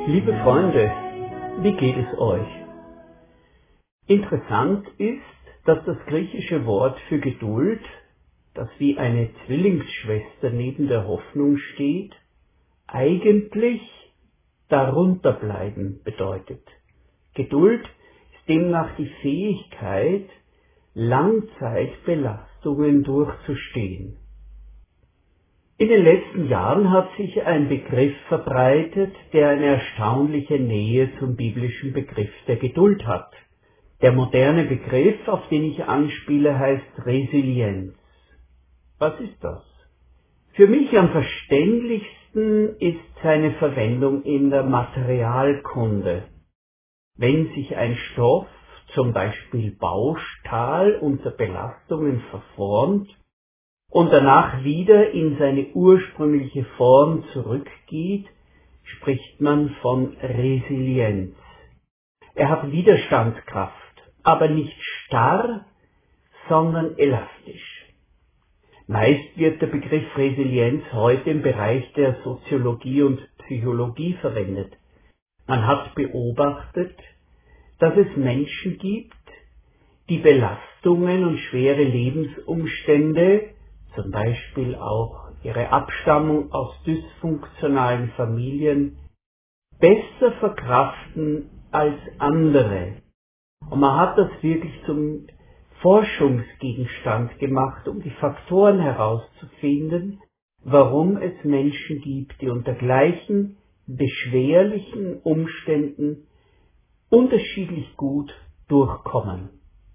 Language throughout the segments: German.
Liebe Freunde, wie geht es euch? Interessant ist, dass das griechische Wort für Geduld, das wie eine Zwillingsschwester neben der Hoffnung steht, eigentlich darunterbleiben bedeutet. Geduld ist demnach die Fähigkeit, Langzeitbelastungen durchzustehen. In den letzten Jahren hat sich ein Begriff verbreitet, der eine erstaunliche Nähe zum biblischen Begriff der Geduld hat. Der moderne Begriff, auf den ich anspiele, heißt Resilienz. Was ist das? Für mich am verständlichsten ist seine Verwendung in der Materialkunde. Wenn sich ein Stoff, zum Beispiel Baustahl, unter Belastungen verformt und danach wieder in seine ursprüngliche Form zurückgeht, spricht man von Resilienz. Er hat Widerstandskraft, aber nicht starr, sondern elastisch. Meist wird der Begriff Resilienz heute im Bereich der Soziologie und Psychologie verwendet. Man hat beobachtet, dass es Menschen gibt, die Belastungen und schwere Lebensumstände, zum Beispiel auch ihre Abstammung aus dysfunktionalen Familien, besser verkraften als andere. Und man hat das wirklich zum Forschungsgegenstand gemacht, um die Faktoren herauszufinden, warum es Menschen gibt, die unter gleichen beschwerlichen Umständen unterschiedlich gut durchkommen.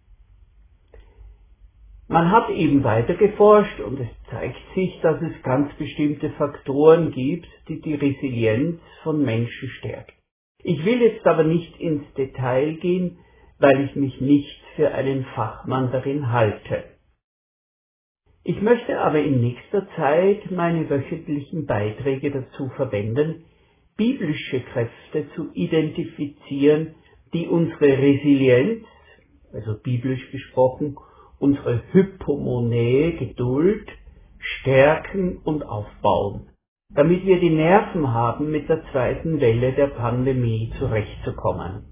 Man hat eben weiter geforscht und es zeigt sich, dass es ganz bestimmte Faktoren gibt, die die Resilienz von Menschen stärken. Ich will jetzt aber nicht ins Detail gehen, weil ich mich nicht für einen Fachmann darin halte. Ich möchte aber in nächster Zeit meine wöchentlichen Beiträge dazu verwenden, biblische Kräfte zu identifizieren, die unsere Resilienz, also biblisch gesprochen, unsere Hypomonä, Geduld, stärken und aufbauen, damit wir die Nerven haben, mit der zweiten Welle der Pandemie zurechtzukommen.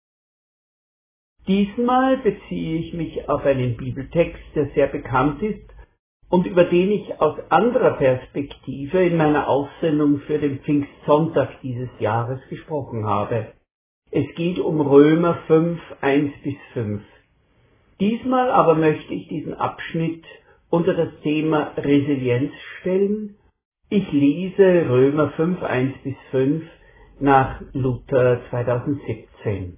Diesmal beziehe ich mich auf einen Bibeltext, der sehr bekannt ist und über den ich aus anderer Perspektive in meiner Aussendung für den Pfingstsonntag dieses Jahres gesprochen habe. Es geht um Römer 5, 1-5. Diesmal aber möchte ich diesen Abschnitt unter das Thema Resilienz stellen. Ich lese Römer 5, 1-5 nach Luther 2017.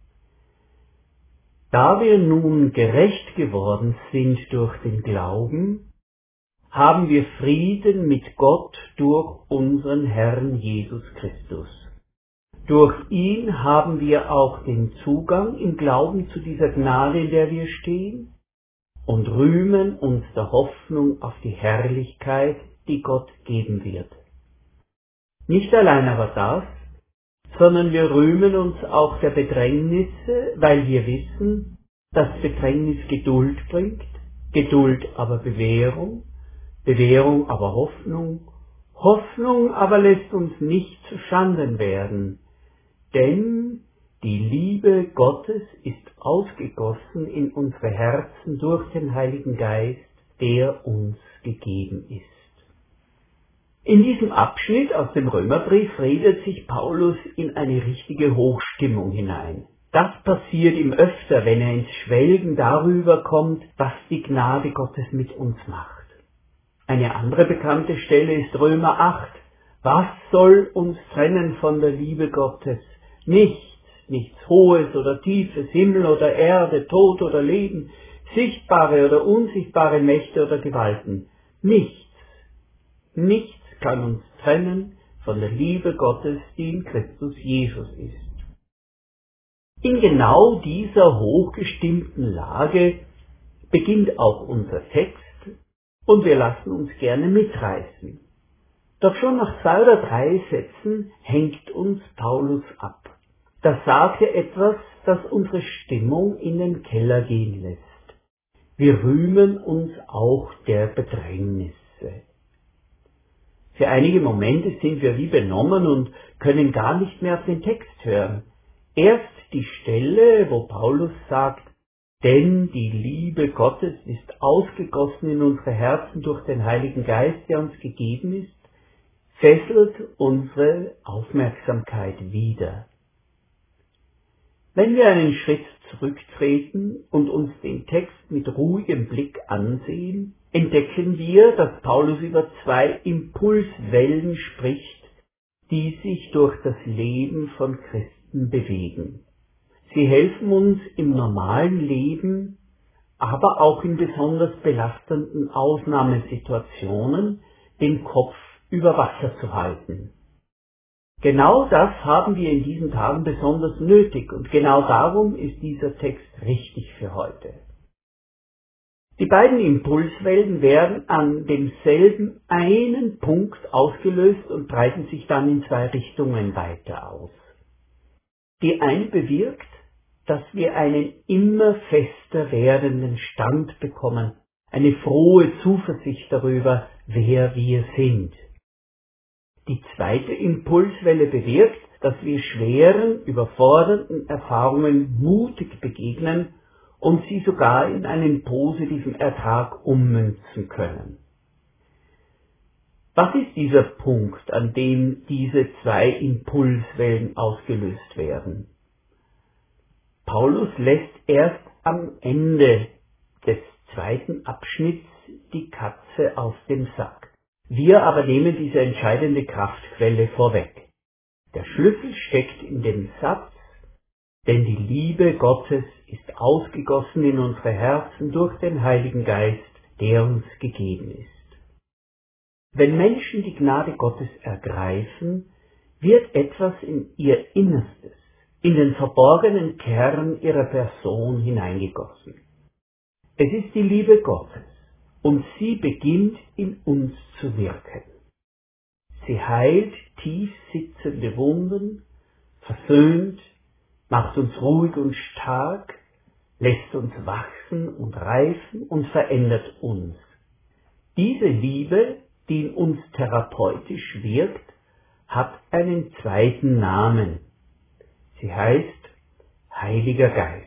Da wir nun gerecht geworden sind durch den Glauben, haben wir Frieden mit Gott durch unseren Herrn Jesus Christus. Durch ihn haben wir auch den Zugang im Glauben zu dieser Gnade, in der wir stehen, und rühmen uns der Hoffnung auf die Herrlichkeit, die Gott geben wird. Nicht allein aber das, sondern wir rühmen uns auch der Bedrängnisse, weil wir wissen, dass Bedrängnis Geduld bringt, Geduld aber Bewährung, Bewährung aber Hoffnung, Hoffnung aber lässt uns nicht zu Schanden werden, denn die Liebe Gottes ist ausgegossen in unsere Herzen durch den Heiligen Geist, der uns gegeben ist. In diesem Abschnitt aus dem Römerbrief redet sich Paulus in eine richtige Hochstimmung hinein. Das passiert ihm öfter, wenn er ins Schwelgen darüber kommt, was die Gnade Gottes mit uns macht. Eine andere bekannte Stelle ist Römer 8. Was soll uns trennen von der Liebe Gottes? Nichts Hohes oder Tiefes, Himmel oder Erde, Tod oder Leben, sichtbare oder unsichtbare Mächte oder Gewalten. Nichts kann uns trennen von der Liebe Gottes, die in Christus Jesus ist. In genau dieser hochgestimmten Lage beginnt auch unser Text und wir lassen uns gerne mitreißen. Doch schon nach 2 oder 3 Sätzen hängt uns Paulus ab. Da sagt er etwas, das unsere Stimmung in den Keller gehen lässt. Wir rühmen uns auch der Bedrängnisse. Für einige Momente sind wir wie benommen und können gar nicht mehr auf den Text hören. Erst die Stelle, wo Paulus sagt, denn die Liebe Gottes ist ausgegossen in unsere Herzen durch den Heiligen Geist, der uns gegeben ist, fesselt unsere Aufmerksamkeit wieder. Wenn wir einen Schritt zurücktreten und uns den Text mit ruhigem Blick ansehen, entdecken wir, dass Paulus über zwei Impulswellen spricht, die sich durch das Leben von Christen bewegen. Sie helfen uns im normalen Leben, aber auch in besonders belastenden Ausnahmesituationen, den Kopf über Wasser zu halten. Genau das haben wir in diesen Tagen besonders nötig und genau darum ist dieser Text richtig für heute. Die beiden Impulswellen werden an demselben einen Punkt ausgelöst und breiten sich dann in zwei Richtungen weiter aus. Die eine bewirkt, dass wir einen immer fester werdenden Stand bekommen, eine frohe Zuversicht darüber, wer wir sind. Die zweite Impulswelle bewirkt, dass wir schweren, überfordernden Erfahrungen mutig begegnen und sie sogar in einen positiven Ertrag ummünzen können. Was ist dieser Punkt, an dem diese zwei Impulswellen ausgelöst werden? Paulus lässt erst am Ende des zweiten Abschnitts die Katze aus dem Sack. Wir aber nehmen diese entscheidende Kraftquelle vorweg. Der Schlüssel steckt in dem Satz, denn die Liebe Gottes ist ausgegossen in unsere Herzen durch den Heiligen Geist, der uns gegeben ist. Wenn Menschen die Gnade Gottes ergreifen, wird etwas in ihr Innerstes, in den verborgenen Kern ihrer Person hineingegossen. Es ist die Liebe Gottes. Und sie beginnt in uns zu wirken. Sie heilt tief sitzende Wunden, versöhnt, macht uns ruhig und stark, lässt uns wachsen und reifen und verändert uns. Diese Liebe, die in uns therapeutisch wirkt, hat einen zweiten Namen. Sie heißt Heiliger Geist.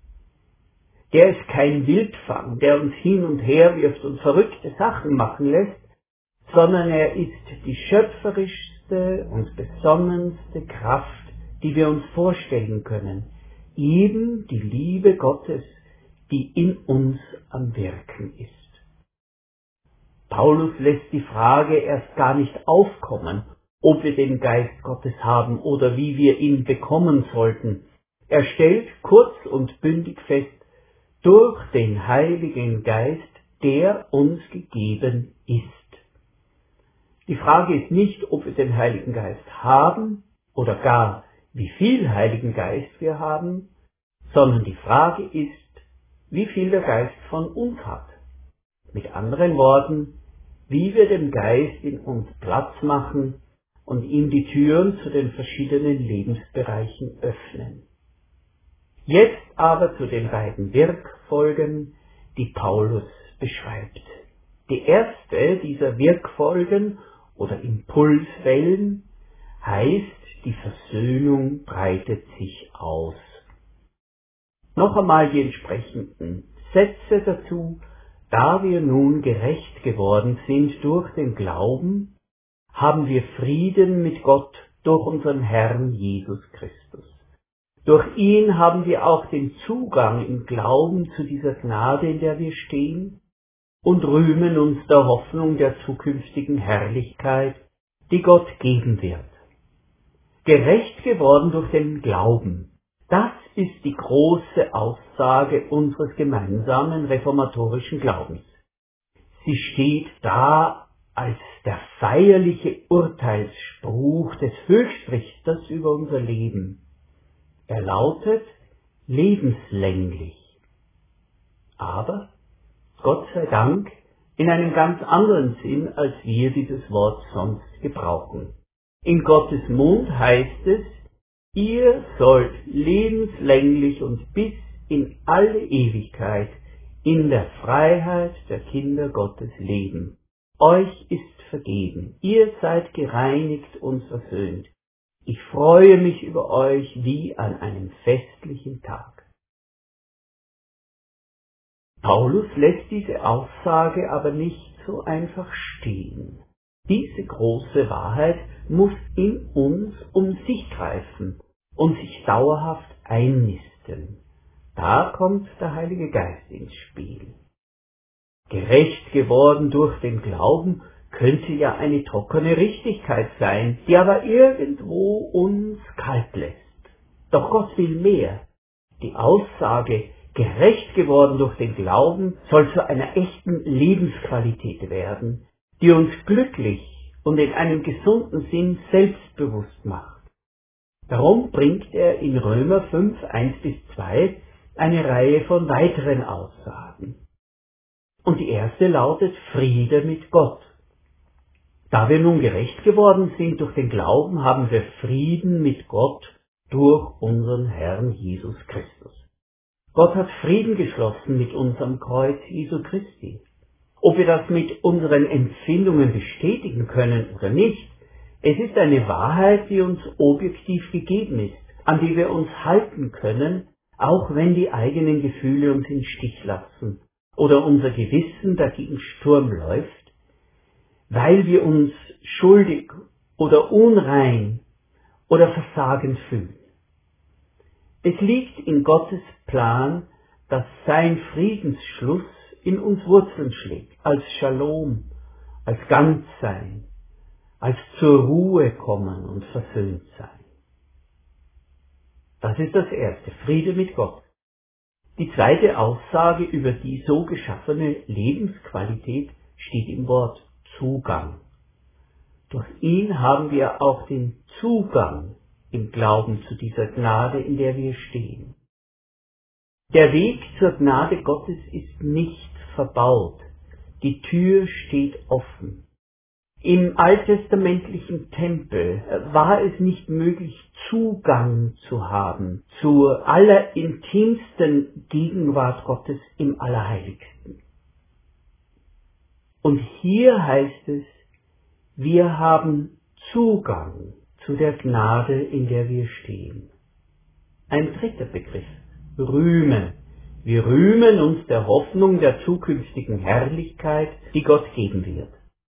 Der ist kein Wildfang, der uns hin und her wirft und verrückte Sachen machen lässt, sondern er ist die schöpferischste und besonnenste Kraft, die wir uns vorstellen können, eben die Liebe Gottes, die in uns am Wirken ist. Paulus lässt die Frage erst gar nicht aufkommen, ob wir den Geist Gottes haben oder wie wir ihn bekommen sollten. Er stellt kurz und bündig fest, durch den Heiligen Geist, der uns gegeben ist. Die Frage ist nicht, ob wir den Heiligen Geist haben oder gar, wie viel Heiligen Geist wir haben, sondern die Frage ist, wie viel der Geist von uns hat. Mit anderen Worten, wie wir dem Geist in uns Platz machen und ihm die Türen zu den verschiedenen Lebensbereichen öffnen. Jetzt aber zu den beiden Wirkfolgen, die Paulus beschreibt. Die erste dieser Wirkfolgen oder Impulswellen heißt, die Versöhnung breitet sich aus. Noch einmal die entsprechenden Sätze dazu. Da wir nun gerecht geworden sind durch den Glauben, haben wir Frieden mit Gott durch unseren Herrn Jesus Christus. Durch ihn haben wir auch den Zugang im Glauben zu dieser Gnade, in der wir stehen, und rühmen uns der Hoffnung der zukünftigen Herrlichkeit, die Gott geben wird. Gerecht geworden durch den Glauben, das ist die große Aussage unseres gemeinsamen reformatorischen Glaubens. Sie steht da als der feierliche Urteilsspruch des Höchstrichters über unser Leben. Er lautet lebenslänglich. Aber, Gott sei Dank, in einem ganz anderen Sinn, als wir dieses Wort sonst gebrauchen. In Gottes Mund heißt es, ihr sollt lebenslänglich und bis in alle Ewigkeit in der Freiheit der Kinder Gottes leben. Euch ist vergeben, ihr seid gereinigt und versöhnt. Ich freue mich über euch wie an einem festlichen Tag. Paulus lässt diese Aussage aber nicht so einfach stehen. Diese große Wahrheit muss in uns um sich greifen und sich dauerhaft einnisten. Da kommt der Heilige Geist ins Spiel. Gerecht geworden durch den Glauben könnte ja eine trockene Richtigkeit sein, die aber irgendwo uns kalt lässt. Doch Gott will mehr. Die Aussage, gerecht geworden durch den Glauben, soll zu einer echten Lebensqualität werden, die uns glücklich und in einem gesunden Sinn selbstbewusst macht. Darum bringt er in Römer 5, 1-2 eine Reihe von weiteren Aussagen. Und die erste lautet Friede mit Gott. Da wir nun gerecht geworden sind durch den Glauben, haben wir Frieden mit Gott durch unseren Herrn Jesus Christus. Gott hat Frieden geschlossen mit unserem Kreuz Jesu Christi. Ob wir das mit unseren Empfindungen bestätigen können oder nicht, es ist eine Wahrheit, die uns objektiv gegeben ist, an die wir uns halten können, auch wenn die eigenen Gefühle uns im Stich lassen oder unser Gewissen dagegen Sturm läuft, weil wir uns schuldig oder unrein oder versagend fühlen. Es liegt in Gottes Plan, dass sein Friedensschluss in uns Wurzeln schlägt, als Shalom, als Ganzsein, als zur Ruhe kommen und versöhnt sein. Das ist das erste, Friede mit Gott. Die zweite Aussage über die so geschaffene Lebensqualität steht im Wort Zugang. Durch ihn haben wir auch den Zugang im Glauben zu dieser Gnade, in der wir stehen. Der Weg zur Gnade Gottes ist nicht verbaut. Die Tür steht offen. Im alttestamentlichen Tempel war es nicht möglich, Zugang zu haben zur allerintimsten Gegenwart Gottes im Allerheiligsten. Und hier heißt es, wir haben Zugang zu der Gnade, in der wir stehen. Ein dritter Begriff, Rühmen. Wir rühmen uns der Hoffnung der zukünftigen Herrlichkeit, die Gott geben wird.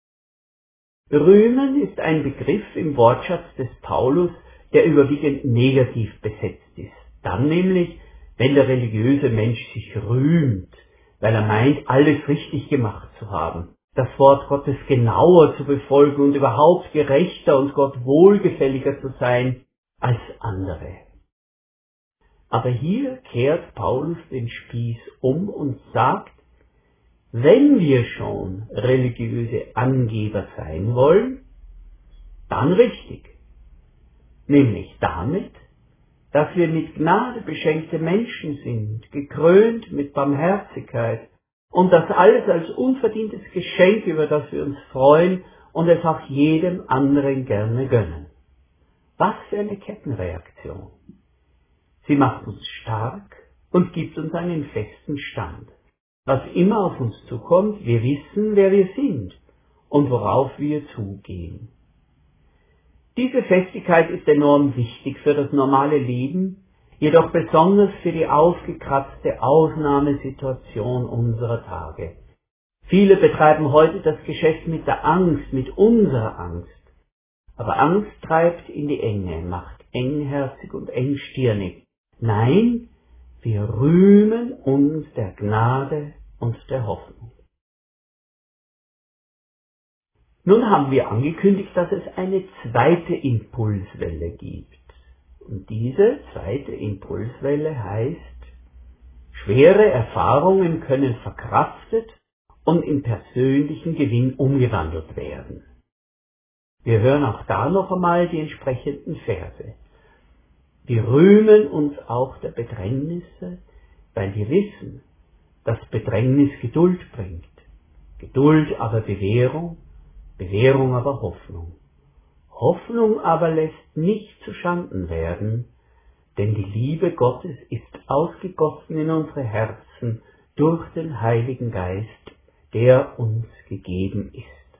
Rühmen ist ein Begriff im Wortschatz des Paulus, der überwiegend negativ besetzt ist. Dann nämlich, wenn der religiöse Mensch sich rühmt, weil er meint, alles richtig gemacht zu haben, das Wort Gottes genauer zu befolgen und überhaupt gerechter und Gott wohlgefälliger zu sein als andere. Aber hier kehrt Paulus den Spieß um und sagt, wenn wir schon religiöse Angeber sein wollen, dann richtig. Nämlich damit, dass wir mit Gnade beschenkte Menschen sind, gekrönt mit Barmherzigkeit und das alles als unverdientes Geschenk, über das wir uns freuen und es auch jedem anderen gerne gönnen. Was für eine Kettenreaktion. Sie macht uns stark und gibt uns einen festen Stand. Was immer auf uns zukommt, wir wissen, wer wir sind und worauf wir zugehen. Diese Festigkeit ist enorm wichtig für das normale Leben, jedoch besonders für die ausgekratzte Ausnahmesituation unserer Tage. Viele betreiben heute das Geschäft mit der Angst, mit unserer Angst. Aber Angst treibt in die Enge, macht engherzig und engstirnig. Nein, wir rühmen uns der Gnade und der Hoffnung. Nun haben wir angekündigt, dass es eine zweite Impulswelle gibt. Und diese zweite Impulswelle heißt, schwere Erfahrungen können verkraftet und in persönlichen Gewinn umgewandelt werden. Wir hören auch da noch einmal die entsprechenden Verse. Wir rühmen uns auch der Bedrängnisse, weil wir wissen, dass Bedrängnis Geduld bringt. Geduld aber Bewährung, Bewährung aber Hoffnung. Hoffnung aber lässt nicht zuschanden werden, denn die Liebe Gottes ist ausgegossen in unsere Herzen durch den Heiligen Geist, der uns gegeben ist.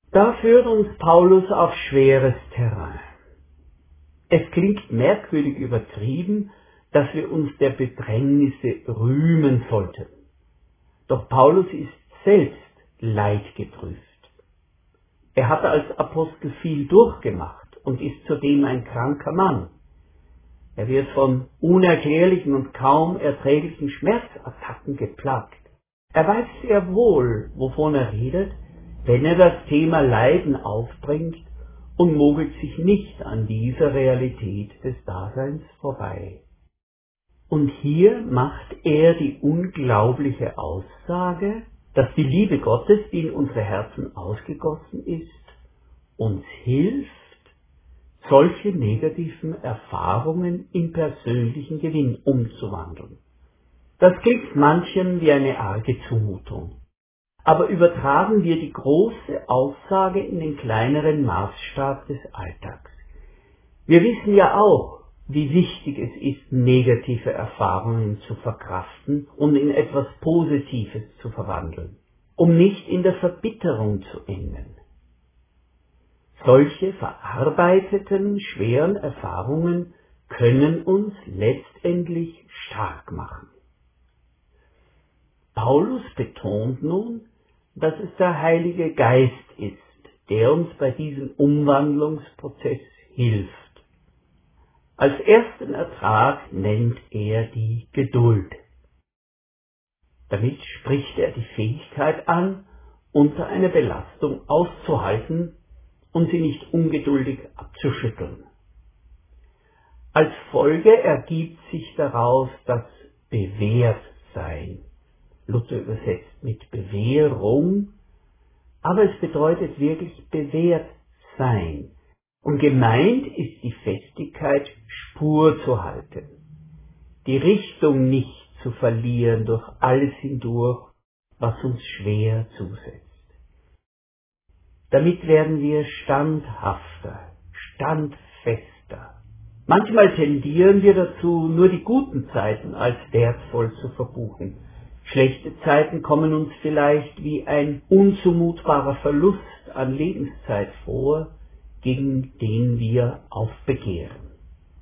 Da führt uns Paulus auf schweres Terrain. Es klingt merkwürdig übertrieben, dass wir uns der Bedrängnisse rühmen sollten. Doch Paulus ist selbst leidgeprüft. Er hatte als Apostel viel durchgemacht und ist zudem ein kranker Mann. Er wird von unerklärlichen und kaum erträglichen Schmerzattacken geplagt. Er weiß sehr wohl, wovon er redet, wenn er das Thema Leiden aufbringt und mogelt sich nicht an dieser Realität des Daseins vorbei. Und hier macht er die unglaubliche Aussage, dass die Liebe Gottes, die in unsere Herzen ausgegossen ist, uns hilft, solche negativen Erfahrungen in persönlichen Gewinn umzuwandeln. Das klingt manchem wie eine arge Zumutung. Aber übertragen wir die große Aussage in den kleineren Maßstab des Alltags. Wir wissen ja auch, wie wichtig es ist, negative Erfahrungen zu verkraften und in etwas Positives zu verwandeln, um nicht in der Verbitterung zu enden. Solche verarbeiteten, schweren Erfahrungen können uns letztendlich stark machen. Paulus betont nun, dass es der Heilige Geist ist, der uns bei diesem Umwandlungsprozess hilft. Als ersten Ertrag nennt er die Geduld. Damit spricht er die Fähigkeit an, unter einer Belastung auszuhalten und sie nicht ungeduldig abzuschütteln. Als Folge ergibt sich daraus das Bewährtsein. Luther übersetzt mit Bewährung, aber es bedeutet wirklich bewährt sein. Und gemeint ist die Festigkeit, Spur zu halten, die Richtung nicht zu verlieren durch alles hindurch, was uns schwer zusetzt. Damit werden wir standhafter, standfester. Manchmal tendieren wir dazu, nur die guten Zeiten als wertvoll zu verbuchen. Schlechte Zeiten kommen uns vielleicht wie ein unzumutbarer Verlust an Lebenszeit vor, gegen den wir aufbegehren.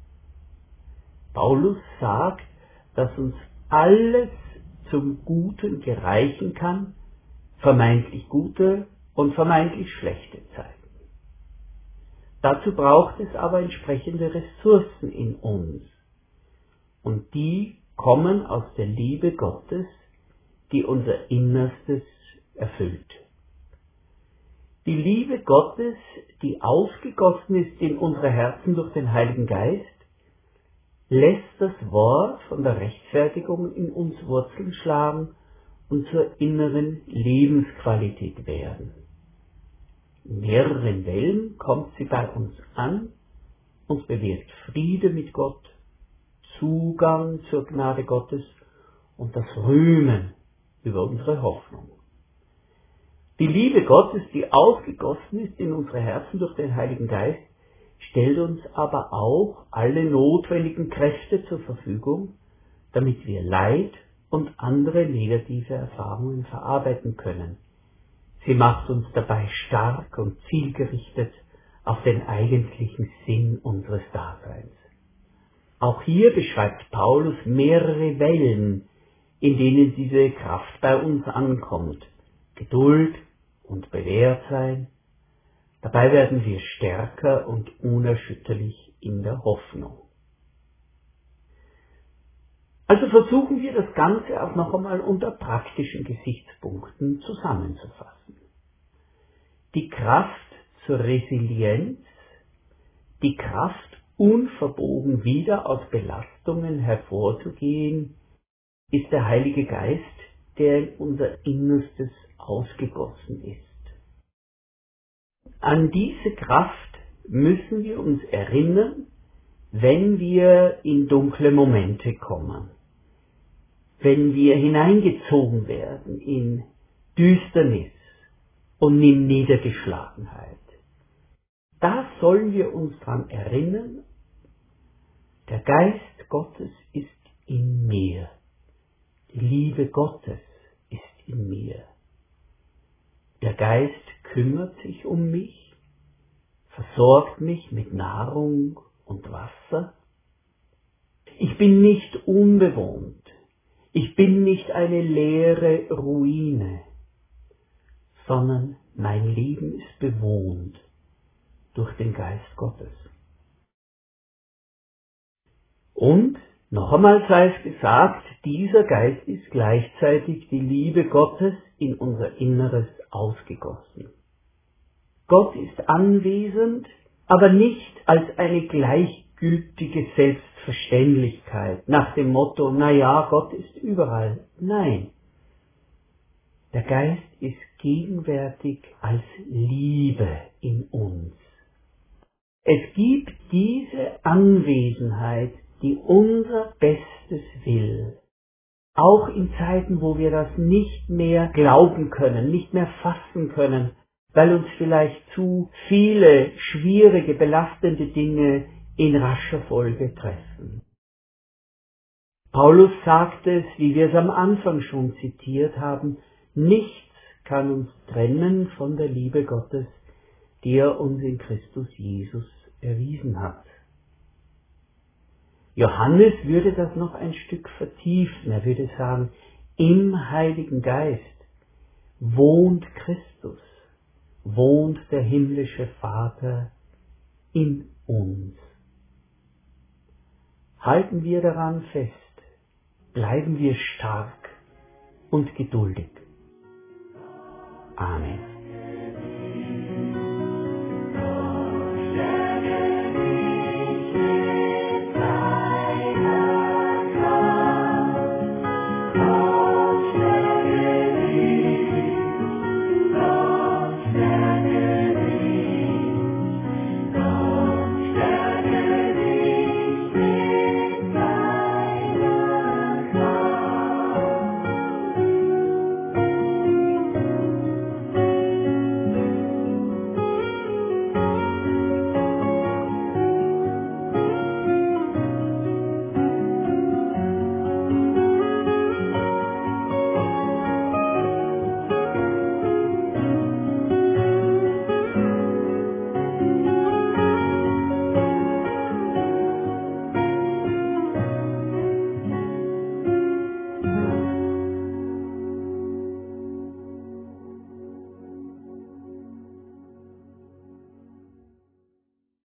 Paulus sagt, dass uns alles zum Guten gereichen kann, vermeintlich gute und vermeintlich schlechte Zeiten. Dazu braucht es aber entsprechende Ressourcen in uns. Und die kommen aus der Liebe Gottes, die unser Innerstes erfüllt. Die Liebe Gottes, die ausgegossen ist in unsere Herzen durch den Heiligen Geist, lässt das Wort von der Rechtfertigung in uns Wurzeln schlagen und zur inneren Lebensqualität werden. In mehreren Wellen kommt sie bei uns an und bewirkt Friede mit Gott, Zugang zur Gnade Gottes und das Rühmen über unsere Hoffnung. Die Liebe Gottes, die ausgegossen ist in unsere Herzen durch den Heiligen Geist, stellt uns aber auch alle notwendigen Kräfte zur Verfügung, damit wir Leid und andere negative Erfahrungen verarbeiten können. Sie macht uns dabei stark und zielgerichtet auf den eigentlichen Sinn unseres Daseins. Auch hier beschreibt Paulus mehrere Wellen, in denen diese Kraft bei uns ankommt. Geduld und Bewährtsein. Dabei werden wir stärker und unerschütterlich in der Hoffnung. Also versuchen wir das Ganze auch noch einmal unter praktischen Gesichtspunkten zusammenzufassen. Die Kraft zur Resilienz, die Kraft, unverbogen wieder aus Belastungen hervorzugehen, ist der Heilige Geist, der in unser Innerstes ausgegossen ist. An diese Kraft müssen wir uns erinnern, wenn wir in dunkle Momente kommen, wenn wir hineingezogen werden in Düsternis und in Niedergeschlagenheit. Da sollen wir uns daran erinnern, der Geist Gottes ist in mir, die Liebe Gottes ist in mir. Der Geist kümmert sich um mich, versorgt mich mit Nahrung und Wasser. Ich bin nicht unbewohnt, ich bin nicht eine leere Ruine, sondern mein Leben ist bewohnt durch den Geist Gottes. Und, noch einmal sei es gesagt, dieser Geist ist gleichzeitig die Liebe Gottes in unser Inneres ausgegossen. Gott ist anwesend, aber nicht als eine gleichgültige Selbstverständlichkeit nach dem Motto, na ja, Gott ist überall. Nein. Der Geist ist gegenwärtig als Liebe in uns. Es gibt diese Anwesenheit, die unser Bestes will. Auch in Zeiten, wo wir das nicht mehr glauben können, nicht mehr fassen können, weil uns vielleicht zu viele schwierige, belastende Dinge in rascher Folge treffen. Paulus sagt es, wie wir es am Anfang schon zitiert haben, nichts kann uns trennen von der Liebe Gottes, die er uns in Christus Jesus erwiesen hat. Johannes würde das noch ein Stück vertiefen. Er würde sagen, im Heiligen Geist wohnt Christus, wohnt der himmlische Vater in uns. Halten wir daran fest, bleiben wir stark und geduldig. Amen.